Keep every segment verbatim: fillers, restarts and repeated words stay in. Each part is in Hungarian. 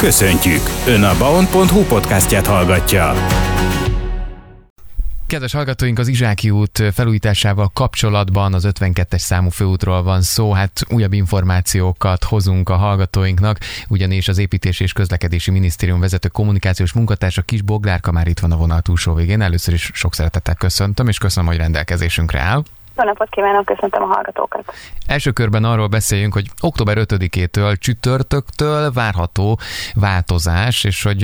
Köszöntjük! Ön a baon pont hu podcastját hallgatja. Kedves hallgatóink, az Izsáki út felújításával kapcsolatban az ötvenkettes számú főútról van szó. Hát újabb információkat hozunk a hallgatóinknak, ugyanis az Építési és Közlekedési Minisztérium vezető kommunikációs munkatársa Kis Boglárka már itt van a vonal túlsó végén. Először is sok szeretettel köszöntöm, és köszönöm, hogy rendelkezésünkre áll. Jó napot kívánok, köszöntöm a hallgatókat. Első körben arról beszéljünk, hogy október ötödikétől csütörtöktől várható változás, és hogy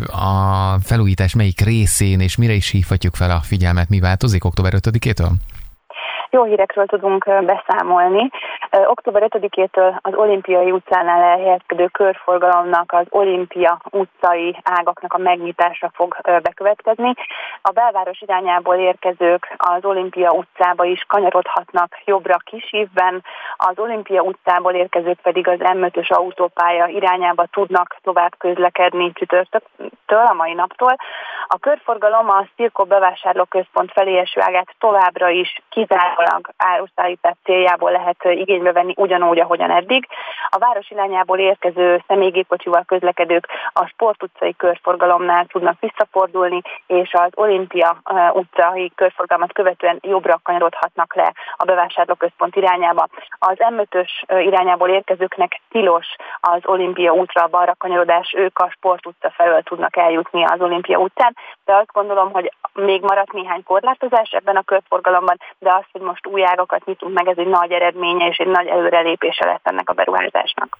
a felújítás melyik részén és mire is hívhatjuk fel a figyelmet, mi változik október ötödikétől? Jó hírekről tudunk beszámolni. október ötödikétől az Olimpiai utcánál elhelyezkedő körforgalomnak az Olimpia utcai ágaknak a megnyitása fog bekövetkezni. A belváros irányából érkezők az Olimpia utcába is kanyarodhatnak jobbra Kisívben, az Olimpia utcából érkezők pedig az em ötös autópálya irányába tudnak tovább közlekedni csütörtöktől, a mai naptól. A körforgalom a Szirkó bevásárlóközpont felé eső ágát továbbra is kizárólag áruszállítás céljából lehet igénybe venni ugyanúgy, ahogyan eddig. A város irányából érkező személygépkocsival közlekedők a Sport utcai körforgalomnál tudnak visszafordulni, és az Olimpia utcai körforgalmat követően jobbra kanyarodhatnak le a bevásárlóközpont irányába. Az em ötös irányából érkezőknek tilos az Olimpia útra balra kanyarodás, ők a Sport utca felől tudnak eljutni az Olimpia utcán, de azt gondolom, hogy még maradt néhány korlátozás ebben a körforgalomban, de az, hogy most új ágakat nyitunk meg, ez egy nagy eredménye és egy nagy előrelépése lesz ennek a beruházásnak.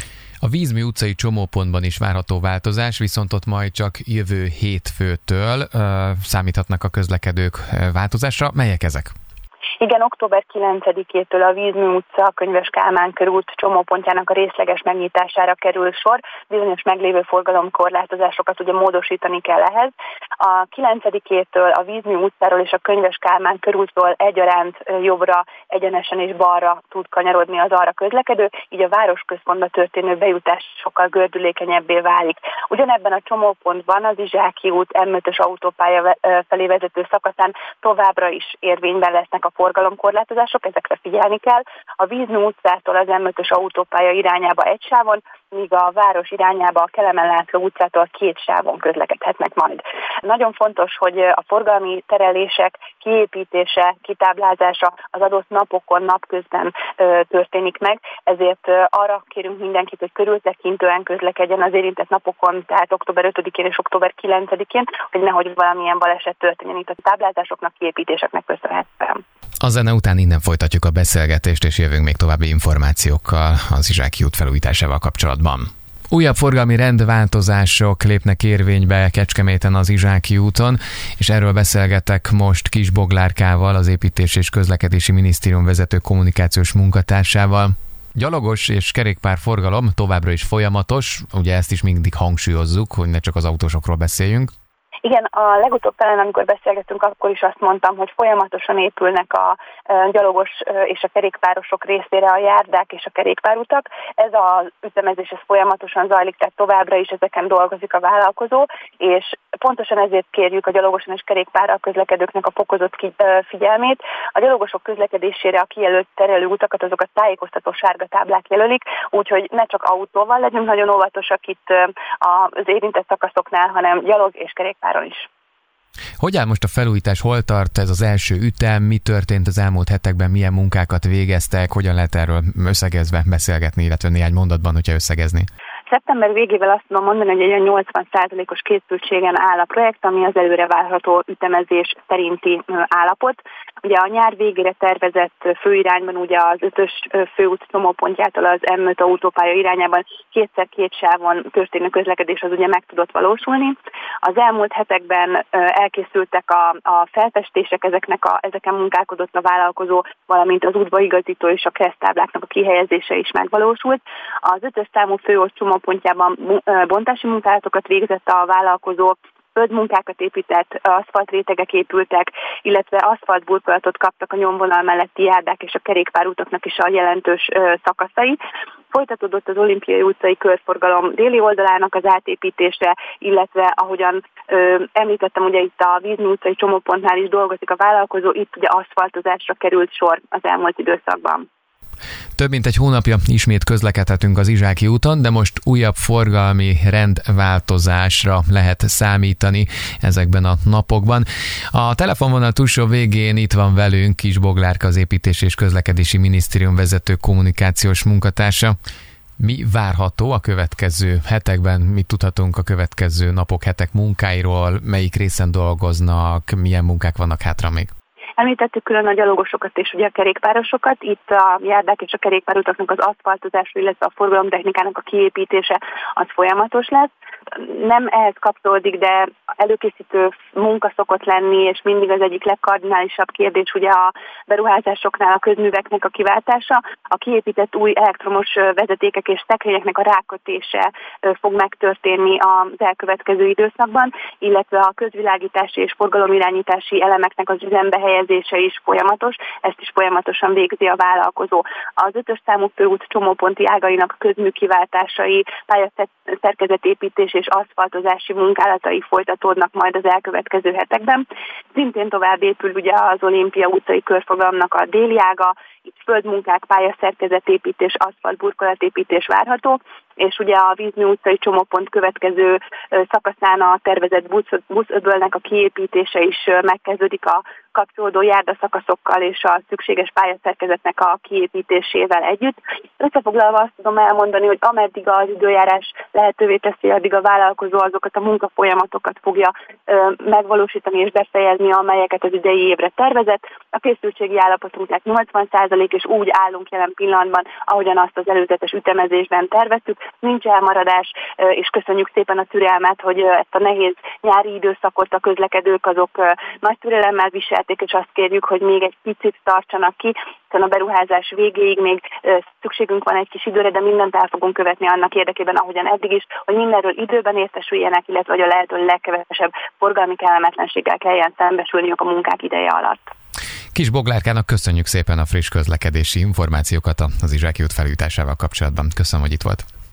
A Vízmű utcai csomópontban is várható változás, viszont ott majd csak jövő hétfőtől uh, számíthatnak a közlekedők változásra. Melyek ezek? Igen, október kilencedikétől a Vízmű utca, a Könyves Kálmán körút csomópontjának a részleges megnyitására kerül sor. Bizonyos meglévő forgalomkorlátozásokat ugye módosítani kell ehhez. A kilencedikétől a Vízmű utcáról és a Könyves Kálmán körútról egyaránt jobbra, egyenesen és balra tud kanyarodni az arra közlekedő, így a városközpontba történő bejutás sokkal gördülékenyebbé válik. Ugyanebben a csomópontban az Izsáki út em ötös autópálya felé vezető szakaszán továbbra is érvényben lesznek a forgalomkorlátozások, ezekre figyelni kell. A Vízmű utcától az em ötös autópálya irányába egy sávon, míg a város irányába a Kelemen László utcától két sávon közlekedhetnek majd. Nagyon fontos, hogy a forgalmi terelések kiépítése, kitáblázása az adott napokon, napközben ö, történik meg, ezért ö, arra kérünk mindenkit, hogy körültekintően közlekedjen az érintett napokon, tehát október ötödikén és október kilencedikén, hogy nehogy valamilyen baleset történjen itt a táblázásoknak, kiépítéseknek köszönhetően. A zene után innen folytatjuk a beszélgetést, és jövünk még további információkkal az Izsáki út felújításával kapcsolatban. Újabb forgalmi rendváltozások lépnek érvénybe Kecskeméten az Izsáki úton, és erről beszélgetek most Kis Boglárkával, az Építési és Közlekedési Minisztérium vezető kommunikációs munkatársával. Gyalogos és kerékpár forgalom továbbra is folyamatos, ugye ezt is mindig hangsúlyozzuk, hogy ne csak az autósokról beszéljünk. Igen, a legutóbb talán, amikor beszélgettünk, akkor is azt mondtam, hogy folyamatosan épülnek a gyalogos és a kerékpárosok részére a járdák és a kerékpárutak. Ez az ütemezés ez folyamatosan zajlik, tehát továbbra is ezeken dolgozik a vállalkozó, és pontosan ezért kérjük a gyalogosan és kerékpárral közlekedőknek a fokozott figyelmét. A gyalogosok közlekedésére a kijelölt terelő utakat, azokat tájékoztató sárga táblák jelölik, úgyhogy ne csak autóval legyünk nagyon óvatosak itt az érintett szakaszoknál, hanem gyalog és kerékpár is. Hogy áll most a felújítás, hol tart ez az első ütem, mi történt az elmúlt hetekben, milyen munkákat végeztek, hogyan lehet erről összegezve beszélgetni, illetve néhány mondatban, hogyha összegezni? Szeptember végével azt tudom mondani, hogy egy olyan nyolcvan százalékos készültségen áll a projekt, ami az előre várható ütemezés szerinti állapot. Ugye a nyár végére tervezett főirányban, ugye az ötös főút csomópontjától az em öt autópálya irányában kétszer két sávon történő közlekedés az ugye meg tudott valósulni. Az elmúlt hetekben elkészültek a, a felfestések, ezeknek a, ezeken munkálkodott a vállalkozó, valamint az útbaigazító és a kereszttábláknak a kihelyezése is megvalósult. Az ötös számú főút csomópontjában bontási munkálatokat végzett a vállalkozó, földmunkákat épített, aszfaltrétegek épültek, illetve aszfaltburkolatot kaptak a nyomvonal melletti járdák és a kerékpárutaknak is a jelentős szakaszai. Folytatódott az Olimpiai utcai körforgalom déli oldalának az átépítése, illetve ahogyan ö, említettem, ugye itt a Vízmű utcai csomópontnál is dolgozik a vállalkozó, itt ugye aszfaltozásra került sor az elmúlt időszakban. Több mint egy hónapja ismét közlekedhetünk az Izsáki úton, de most újabb forgalmi rendváltozásra lehet számítani ezekben a napokban. A telefonvonal túlsó végén itt van velünk Kis Boglárka, az Építési és Közlekedési Minisztérium vezető kommunikációs munkatársa. Mi várható a következő hetekben? Mit tudhatunk a következő napok, hetek munkáiról? Melyik részen dolgoznak? Milyen munkák vannak hátra még? Említettük külön a gyalogosokat és ugye a kerékpárosokat. Itt a járdák és a kerékpárutaknak az aszfaltozása, illetve a forgalomtechnikának a kiépítése az folyamatos lesz. Nem ehhez kapcsolódik, de előkészítő munka szokott lenni, és mindig az egyik legkardinálisabb kérdés ugye a beruházásoknál a közműveknek a kiváltása. A kiépített új elektromos vezetékek és szekrényeknek a rákötése fog megtörténni az elkövetkező időszakban, illetve a közvilágítási és forgalomirányítási elemeknek az üzembe helyezése is folyamatos, ezt is folyamatosan végzi a vállalkozó. Az ötös számú főút csomóponti ágainak a közmű kiváltásai, pályaszerkezetépítés és aszfaltozási munkálatai folytatódnak majd az elkövetkező hetekben. Szintén tovább épül ugye az Olimpia utcai körforgalomnak a déli ága, itt földmunkák, pályaszerkezetépítés, aszfaltburkolatépítés várható, és ugye a Vízmű utcai csomópont következő szakaszán a tervezett busz, buszöbölnek a kiépítése is megkezdődik a kapcsolódó járdaszakaszokkal és a szükséges pályaszerkezetnek a kiépítésével együtt. Összefoglalva azt tudom elmondani, hogy ameddig az időjárás lehetővé teszi, addig a vállalkozó azokat a munkafolyamatokat fogja ö, megvalósítani és befejezni, amelyeket az idei évre tervezett. A készültségi állapotunknak nyolcvan százalék, és úgy állunk jelen pillanatban, ahogyan azt az előzetes ütemezésben terveztük. Nincs elmaradás, és köszönjük szépen a türelmet, hogy ezt a nehéz nyári időszakot a közlekedők azok nagy türelemmel viselték, és azt kérjük, hogy még egy picit tartsanak ki, hiszen a beruházás végéig még szükségünk van egy kis időre, de mindent el fogunk követni annak érdekében, ahogyan eddig is, hogy mindenről időben értesüljenek, illetve hogy a lehető legkevesebb forgalmi kellemetlenséggel kelljen szembesülniük a munkák ideje alatt. Kis Boglárkának köszönjük szépen a friss közlekedési információkat az Izsáki út felújításával kapcsolatban. Köszönöm, hogy itt volt.